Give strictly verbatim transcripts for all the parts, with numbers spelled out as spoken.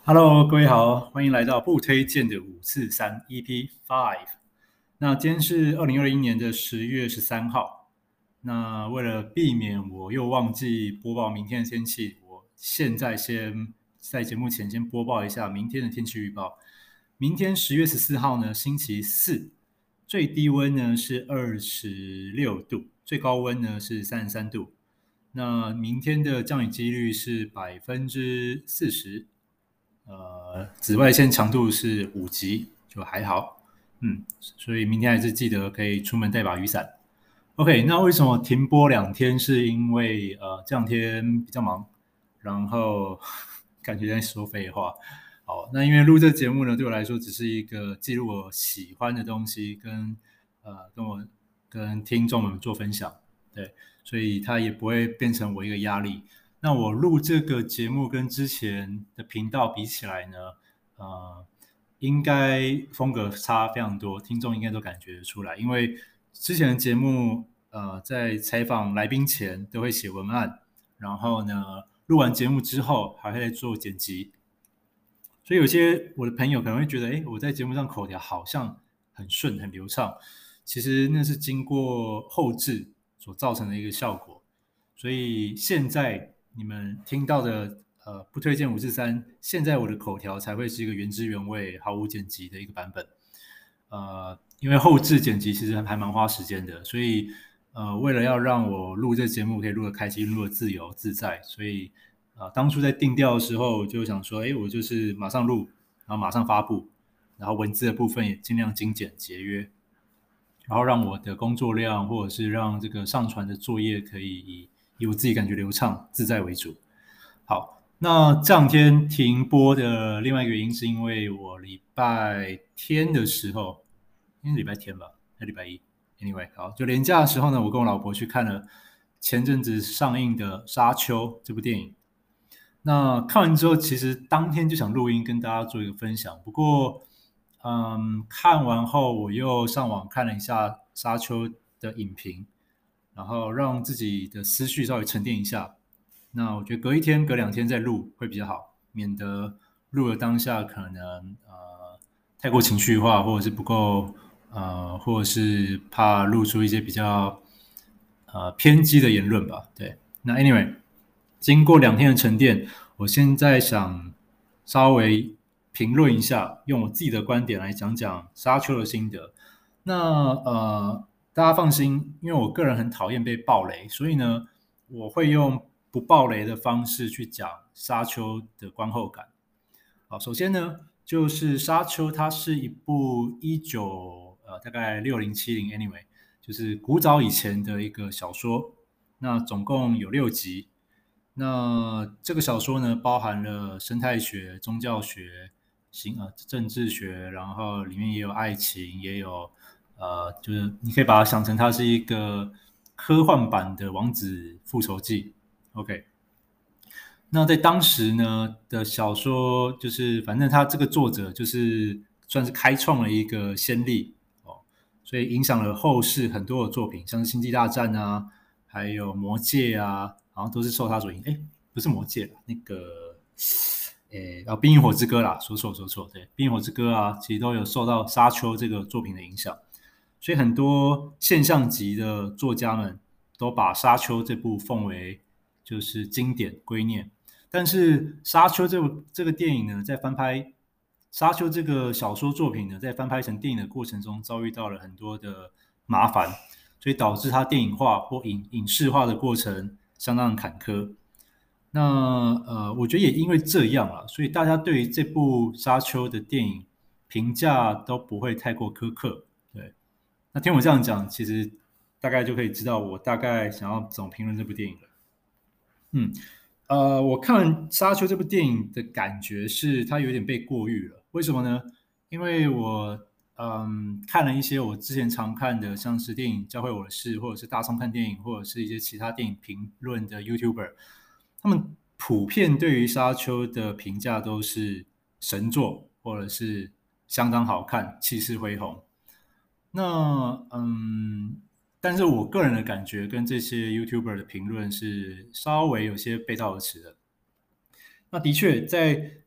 Hello，各位好，欢迎来到不推荐的五四三 E P 五。那今天是二零二一年的十月十三号。那为了避免我又忘记播报明天的天气，我现在先在节目前先播报一下明天的天气预报。明天十月十四号呢，星期四，最低温呢是二十六度，最高温呢是三十三度。那明天的降雨几率是百分之四十。呃，紫外线强度是五级，就还好。嗯，所以明天还是记得可以出门带把雨伞。OK，那为什么停播两天？是因为呃这两天比较忙，然后感觉在说废话。好，那因为录这节目呢，对我来说只是一个记录我喜欢的东西，跟呃跟我跟听众们做分享，对，所以它也不会变成我一个压力。那我录这个节目跟之前的频道比起来呢，呃，应该风格差非常多，听众应该都感觉得出来。因为之前的节目，呃，在采访来宾前都会写文案，然后呢，录完节目之后还会做剪辑，所以有些我的朋友可能会觉得，哎，我在节目上口条好像很顺、很流畅，其实那是经过后置所造成的一个效果。所以现在你们听到的，呃，不推荐五四三，现在我的口条才会是一个原汁原味、毫无剪辑的一个版本。呃，因为后置剪辑其实还蛮花时间的，所以呃，为了要让我录这节目可以录得开心、录得自由自在，所以呃，当初在定调的时候就想说，哎，我就是马上录，然后马上发布，然后文字的部分也尽量精简节约，然后让我的工作量或者是让这个上传的作业可以以以我自己感觉流畅自在为主。好，那这两天停播的另外一个原因是因为我礼拜天的时候，应该是礼拜天吧，还是礼拜一？Anyway，好，就连假的时候呢，我跟我老婆去看了前阵子上映的《沙丘》这部电影。那看完之后，其实当天就想录音跟大家做一个分享。不过，嗯，看完后我又上网看了一下《沙丘》的影评，然后让自己的思绪稍微沉淀一下。那我觉得隔一天、隔两天再录会比较好，免得录了当下可能呃太过情绪化，或者是不够呃，或者是怕录出一些比较呃偏激的言论吧。对，那 anyway。经过两天的沉淀，我现在想稍微评论一下，用我自己的观点来讲讲《沙丘》的心得。那呃，大家放心，因为我个人很讨厌被爆雷，所以呢，我会用不爆雷的方式去讲《沙丘》的观后感。好，首先呢，就是《沙丘》，它是一部一九呃大概六零七零，anyway，就是古早以前的一个小说。那总共有六集。那这个小说呢，包含了生态学、宗教学、行呃政治学，然后里面也有爱情，也有呃，就是你可以把它想成它是一个科幻版的《王子复仇记》。OK，那在当时呢的小说，就是反正他这个作者就是算是开创了一个先例哦，所以影响了后世很多的作品，像是《星际大战》啊，还有《魔戒》啊，好像都是受他所影。哎，不是《魔戒》啦，那个，诶，啊，《冰与火之歌》啦，说错说错，对，《冰与火之歌》啊，其实都有受到《沙丘》这个作品的影响，所以很多现象级的作家们都把《沙丘》这部奉为就是经典圭臬。但是《沙丘》这部这个电影呢，在翻拍《沙丘》这个小说作品呢，在翻拍成电影的过程中，遭遇到了很多的麻烦，所以导致它电影化或影影视化的过程相当坎坷。那呃，我觉得也因为这样啊，所以大家对于这部《沙丘》的电影评价都不会太过苛刻。对，那听我这样讲，其实大概就可以知道我大概想要怎么评论这部电影了。嗯，呃，我看完《沙丘》这部电影的感觉是，它有点被过誉了。为什么呢？因为我嗯看了一些我之前常看的，像是电影教会我的事，或者是大松看电影，或者是一些其他电影评论的 YouTuber，他们普遍对于《沙丘》的评价都是神作，或者是相当好看，气势恢宏。那嗯，但是我个人的感觉跟这些 YouTuber 的评论是稍微有些背道而驰的。那的确，在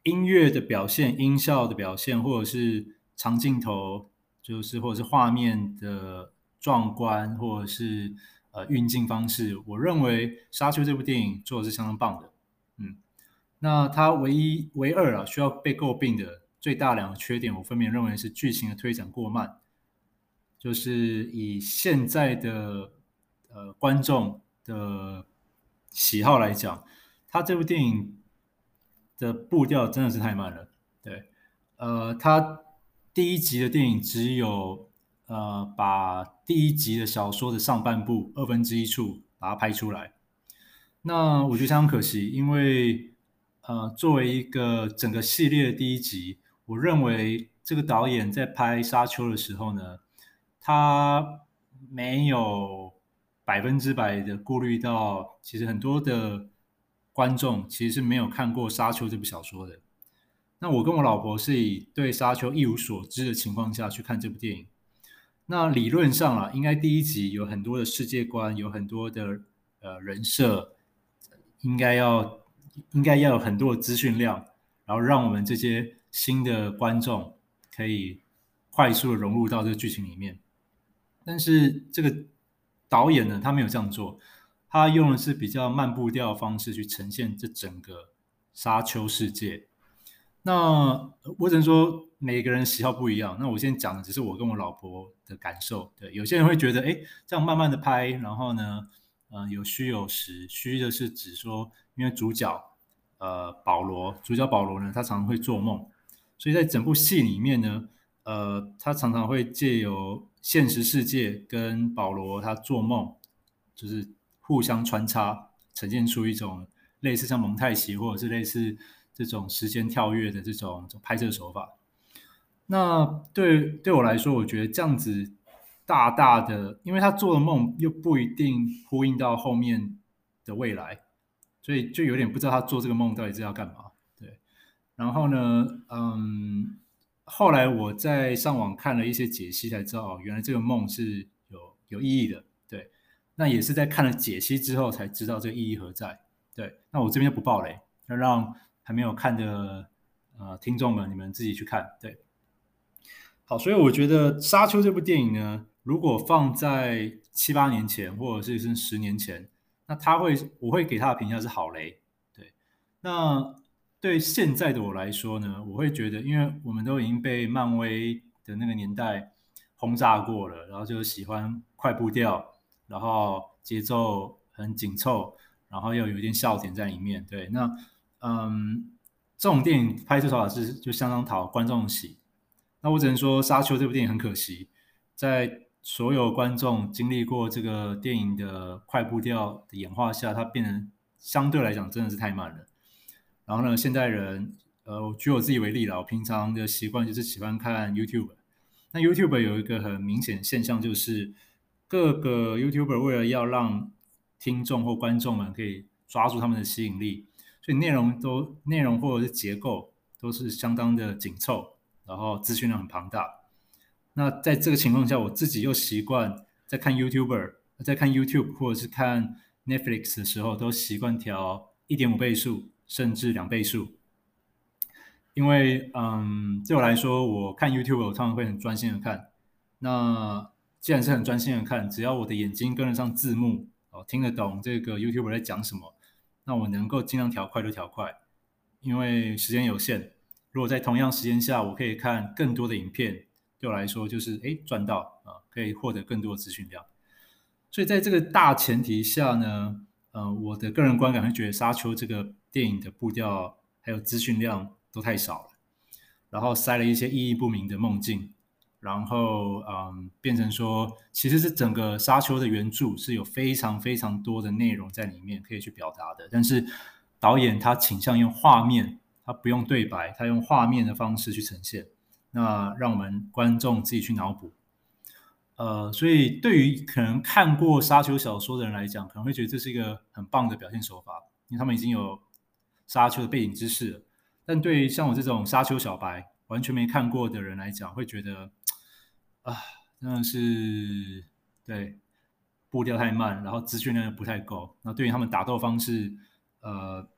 音乐的表现、音效的表现，或者是长镜头，就是或者是画面的壮观，或者是呃运镜方式，我认为《沙丘》这部电影做的是相当棒的。嗯，那它唯一唯二啊需要被诟病的最大两个缺点，我分别认为是剧情的推展过慢，就是以现在的呃观众的喜好来讲，它这部电影的步调真的是太慢了。对，呃，它第一集的电影只有呃把第一集的小说的上半部二分之一处把它拍出来。那我觉得相当可惜，因为呃作为一个整个系列的第一集，我认为这个导演在拍《沙丘》的时候呢，他没有百分之百的顾虑到，其实很多的观众其实是没有看过《沙丘》这部小说的。那我跟我老婆是以对《沙丘》一无所知的情况下去看这部电影。那理论上啊，应该第一集有很多的世界观，有很多的呃人设，应该要应该要有很多的资讯量，然后让我们这些新的观众可以快速的融入到这个剧情里面。但是这个导演呢，他没有这样做，他用的是比较慢步调的方式去呈现这整个沙丘世界。那我只能说每个人喜好不一样。那我现在讲的只是我跟我老婆的感受。对，有些人会觉得，哎，这样慢慢的拍，然后呢，呃，有虚有实。虚的是指说，因为主角呃保罗，主角保罗呢，他常常会做梦，所以在整部戏里面呢，呃，他常常会借由现实世界跟保罗他做梦，就是互相穿插，呈现出一种类似像蒙太奇或者是类似这种时间跳跃的这种拍摄手法。那对对我来说，我觉得这样子大大的，因为他做的梦又不一定呼应到后面的未来，所以就有点不知道他做这个梦到底是要干嘛。对，然后呢，嗯，后来我在上网看了一些解析，才知道哦，原来这个梦是有有意义的。对，那也是在看了解析之后才知道这个意义何在。对，那我这边就不爆雷，要让还没有看的呃听众们你们自己去看。对，好，所以我觉得《沙丘》这部电影呢，如果放在七八年前或者是是十年前，那他会我会给他的评价是好雷。对，那对现在的我来说呢，我会觉得，因为我们都已经被漫威的那个年代轰炸过了，然后就喜欢快步调，然后节奏很紧凑，然后又有一点笑点在里面。对，那嗯，这种电影拍摄手法是就相当讨观众喜。那我只能说，《沙丘》这部电影很可惜，在所有观众经历过这个电影的快步调的演化下，它变得相对来讲真的是太慢了。然后呢，现代人，呃，我举我自己为例了，我平常的习惯就是喜欢看 YouTube。那 YouTube 有一个很明显的现象，就是各个 YouTuber 为了要让听众或观众们可以抓住他们的吸引力，所以内容都内容或者是结构都是相当的紧凑，然后资讯量很庞大。那在这个情况下，我自己又习惯在看 YouTuber、在看 YouTube 或者是看 Netflix 的时候，都习惯调一点五倍速甚至两倍速，因为嗯，对我来说，我看 YouTube 我通常会很专心的看。那既然是很专心的看，只要我的眼睛跟得上字幕，哦，听得懂这个 YouTuber 在讲什么，那我能够尽量调快就调快，因为时间有限。如果在同样时间下，我可以看更多的影片，对我来说就是诶赚到啊，可以获得更多的资讯量。所以在这个大前提下呢，呃，我的个人观感会觉得《沙丘》这个电影的步调还有资讯量都太少了，然后塞了一些意义不明的梦境，然后嗯，变成说其实是整个《沙丘》的原著是有非常非常多的内容在里面可以去表达的，但是导演他倾向用画面，他不用对白，他用画面的方式去呈现，那让我们观众自己去脑补。呃，所以对于可能看过沙丘小说的人来讲，可能会觉得这是一个很棒的表现手法，因为他们已经有沙丘的背景知识了。但对于像我这种沙丘小白，完全没看过的人来讲，会觉得啊，真的是对步调太慢，然后资讯量又不太够。那对于他们打斗方式，呃，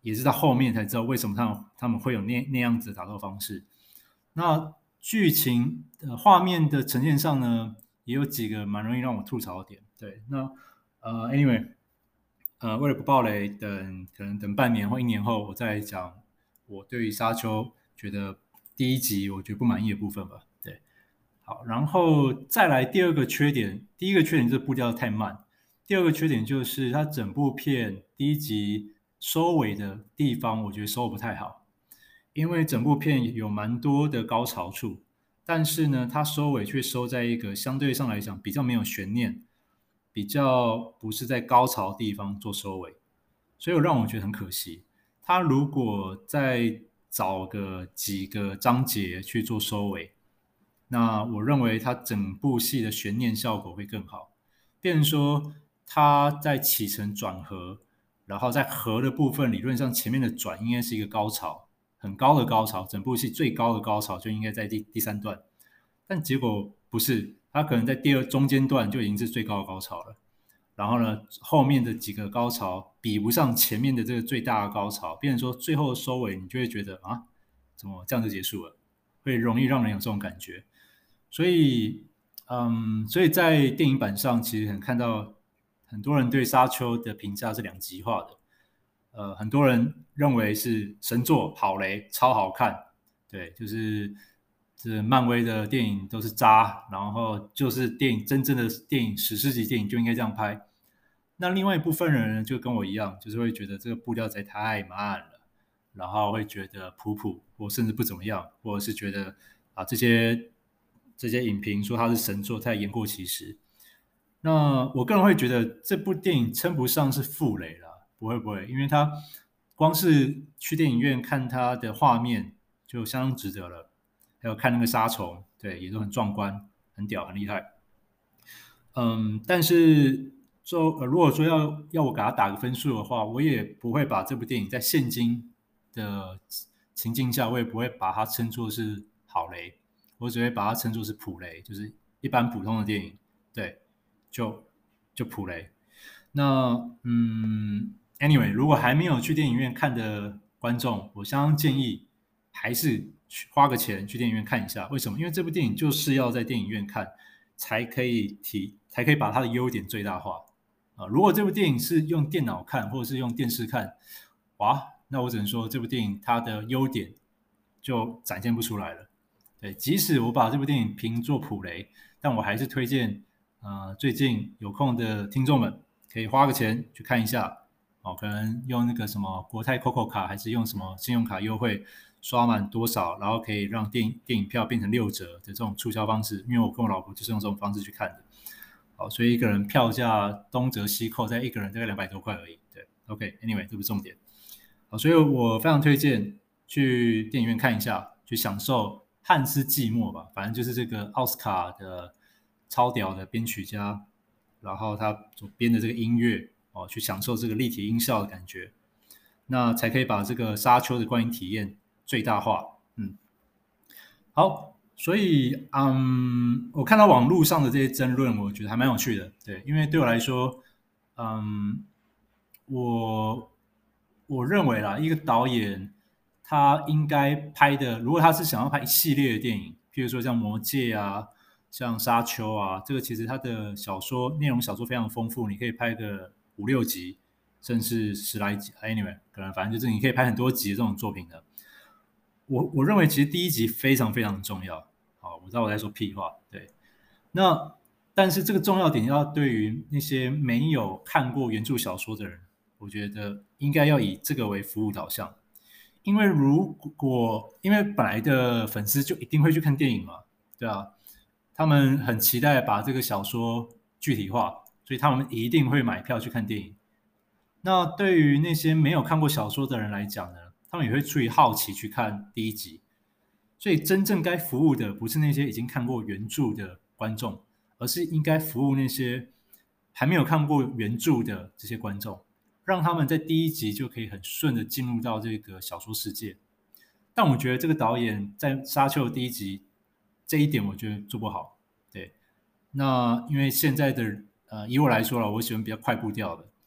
也是到后面才知道为什么他们他们会有那那样子的打斗方式。那剧情呃画面的呈现上呢，也有几个蛮容易让我吐槽的点。对，那呃，anyway，呃，为了不爆雷，等可能等半年或一年后，我再讲我对于沙丘觉得第一集我觉得不满意的部分吧。对，好，然后再来第二个缺点，第一个缺点就是步调太慢，第二个缺点就是它整部片第一集收尾的地方，我觉得收不太好。因为整部片有蛮多的高潮处，但是呢，它收尾却收在一个相对上来讲比较没有悬念，比较不是在高潮的地方做收尾，所以让我觉得很可惜。他如果再找个几个章节去做收尾，那我认为他整部戏的悬念效果会更好。变成说他在起承转合，然后在合的部分，理论上前面的转应该是一个高潮，很高的高潮，整部戏最高的高潮就应该在第第三段，但结果不是，他可能在第二中间段就已经是最高的高潮了。然后呢，后面的几个高潮比不上前面的这个最大的高潮，变成说最后的收尾，你就会觉得啊，怎么这样就结束了？会容易让人有这种感觉。所以，嗯，所以在电影版上，其实很看到很多人对《沙丘》的评价是两极化的。呃，很多人认为是神作、好雷、超好看，对，就是这漫威的电影都是渣，然后就是电影真正的电影史诗级电影就应该这样拍。那另外一部分人呢，就跟我一样，就是会觉得这个步调实在太慢了，然后会觉得普普或甚至不怎么样，或者是觉得啊这些这些影评说它是神作，太言过其实。那我个人会觉得这部电影称不上是负雷啦，不会不会，因为它光是去电影院看它的画面就相当值得了，还有看那个杀虫，对，也都很壮观，很屌，很厉害。嗯，但是就、呃、如果说要要我给他打个分数的话，我也不会把这部电影在现今的情境下，我也不会把它称作是好雷，我只会把它称作是普雷，就是一般普通的电影，对，就就普雷。那嗯，anyway，如果还没有去电影院看的观众，我相当建议还是去花个钱去电影院看一下。为什么？因为这部电影就是要在电影院看，才可以提，才可以把它的优点最大化啊。如果这部电影是用电脑看，或者是用电视看，哇，那我只能说这部电影它的优点就展现不出来了。对，即使我把这部电影评作普雷，但我还是推荐，呃，最近有空的听众们可以花个钱去看一下，哦，可能用那个什么国泰 Coco 卡，还是用什么信用卡优惠，刷满多少，然后可以让电影电影票变成六折的这种促销方式。因为我跟我老婆就是用这种方式去看的，好，所以一个人票价东折西扣，在一个人大概两百多块而已。对 ，OK，Anyway，、okay, 这不是重点。好，所以我非常推荐去电影院看一下，去享受汉斯季默吧，反正就是这个奥斯卡的超屌的编曲家，然后他所编的这个音乐哦，去享受这个立体音效的感觉，那才可以把这个沙丘的观影体验最大化。嗯，好，所以嗯，我看到网络上的这些争论，我觉得还蛮有趣的，对，因为对我来说，嗯，我我认为啦，一个导演他应该拍的，如果他是想要拍一系列的电影，譬如说像《魔戒》啊，像《沙丘》啊，这个其实他的小说内容小说非常丰富，你可以拍个五六集，甚至十来集。Anyway，可能反正就是你可以拍很多集的这种作品的。我我认为其实第一集非常非常重要。好，我知道我在说屁话，对。那但是这个重要点要对于那些没有看过原著小说的人，我觉得应该要以这个为服务导向。因为如果因为本来的粉丝就一定会去看电影嘛，对啊，他们很期待把这个小说具体化，所以他们一定会买票去看电影。那对于那些没有看过小说的人来讲呢，他们也会出于好奇去看第一集。所以真正该服务的不是那些已经看过原著的观众，而是应该服务那些还没有看过原著的这些观众，让他们在第一集就可以很顺的进入到这个小说世界。但我觉得这个导演在《沙丘》的第一集这一点，我觉得做不好。对，那因为现在的呃，以我来说了，我喜欢比较快步调的。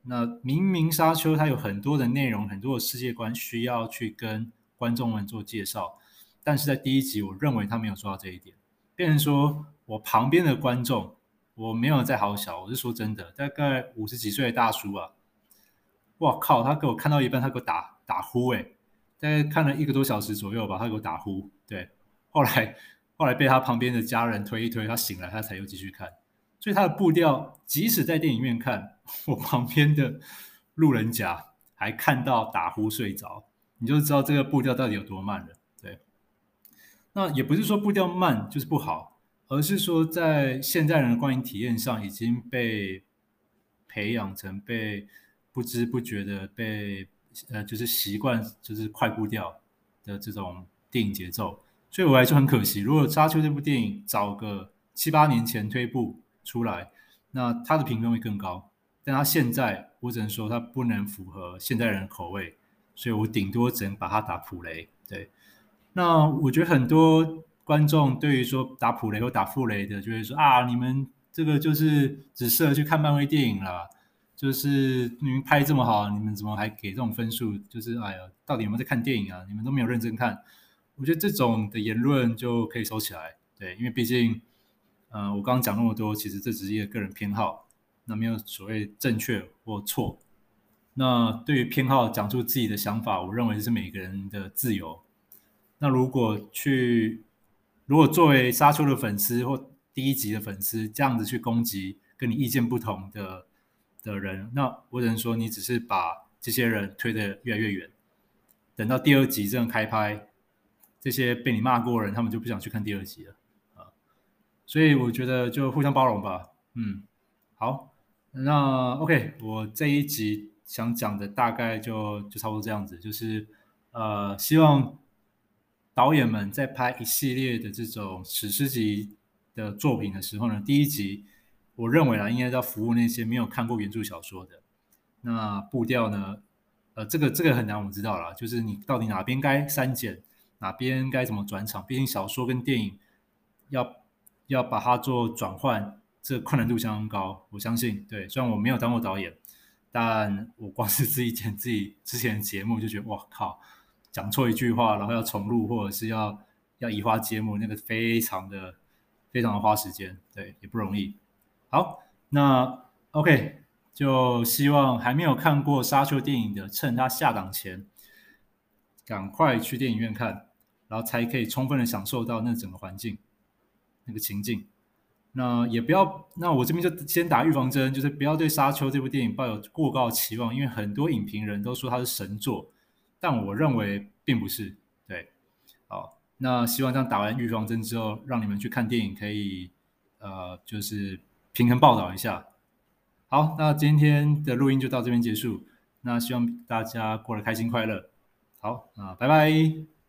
那明明沙丘它有很多的内容，很多的世界观需要去跟观众们做介绍，但是在第一集我认为他没有做到这一点，变成说我旁边的观众，我没有在好小，我是说真的，大概五十几岁的大叔啊，哇靠，他给我看到一半，他给我打打呼哎、欸，大概看了一个多小时左右吧，他给我打呼，对，后来后来被他旁边的家人推一推，他醒来，他才又继续看。所以他的步调，即使在电影院看，我旁边的路人甲还看到打呼睡着，你就知道这个步调到底有多慢了。对，那也不是说步调慢就是不好，而是说在现代人的观影体验上已经被培养成被不知不觉的被呃就是习惯就是快步调的这种电影节奏，所以我来说很可惜，如果《沙丘》这部电影早个七八年前推部出来，那它的评分会更高。但它现在，我只能说它不能符合现代人的口味，所以我顶多只能把它打普雷。对，那我觉得很多观众对于说打普雷或打负雷的，就会说啊，你们这个就是只适合去看漫威电影啦，就是你们拍这么好，你们怎么还给这种分数？就是哎呀，到底有没有在看电影啊？你们都没有认真看。我觉得这种的言论就可以收起来，对，因为毕竟，呃，我刚刚讲那么多，其实这只是一个个人偏好，那没有所谓正确或错。那对于偏好讲出自己的想法，我认为是每个人的自由。那如果去，如果作为沙丘的粉丝或第一集的粉丝，这样子去攻击跟你意见不同的的人，那我只能说你只是把这些人推得越来越远。等到第二集这样开拍，这些被你骂过的人，他们就不想去看第二集了啊。所以我觉得就互相包容吧。嗯，好，那 OK，我这一集想讲的大概就就差不多这样子，就是呃，希望导演们在拍一系列的这种史诗级的作品的时候呢，第一集我认为啦，应该要服务那些没有看过原著小说的。那步调呢？呃，这个这个很难，我知道啦，就是你到底哪边该删减，哪边该怎么转场，毕竟小说跟电影要要把它做转换，这困难度相当高。我相信，对，虽然我没有当过导演，但我光是自己剪自己之前的节目就觉得，哇靠，讲错一句话，然后要重录，或者是要要移花接木，那个非常的非常的花时间，对，也不容易。好，那 OK，就希望还没有看过沙丘电影的，趁它下档前，赶快去电影院看，然后才可以充分的享受到那整个环境、那个情境。那也不要，那我这边就先打预防针，就是不要对《沙丘》这部电影抱有过高的期望，因为很多影评人都说它是神作，但我认为并不是。对，好，那希望这样打完预防针之后，让你们去看电影可以，呃，就是平衡报道一下。好，那今天的录音就到这边结束，那希望大家过得开心快乐。好，那拜拜。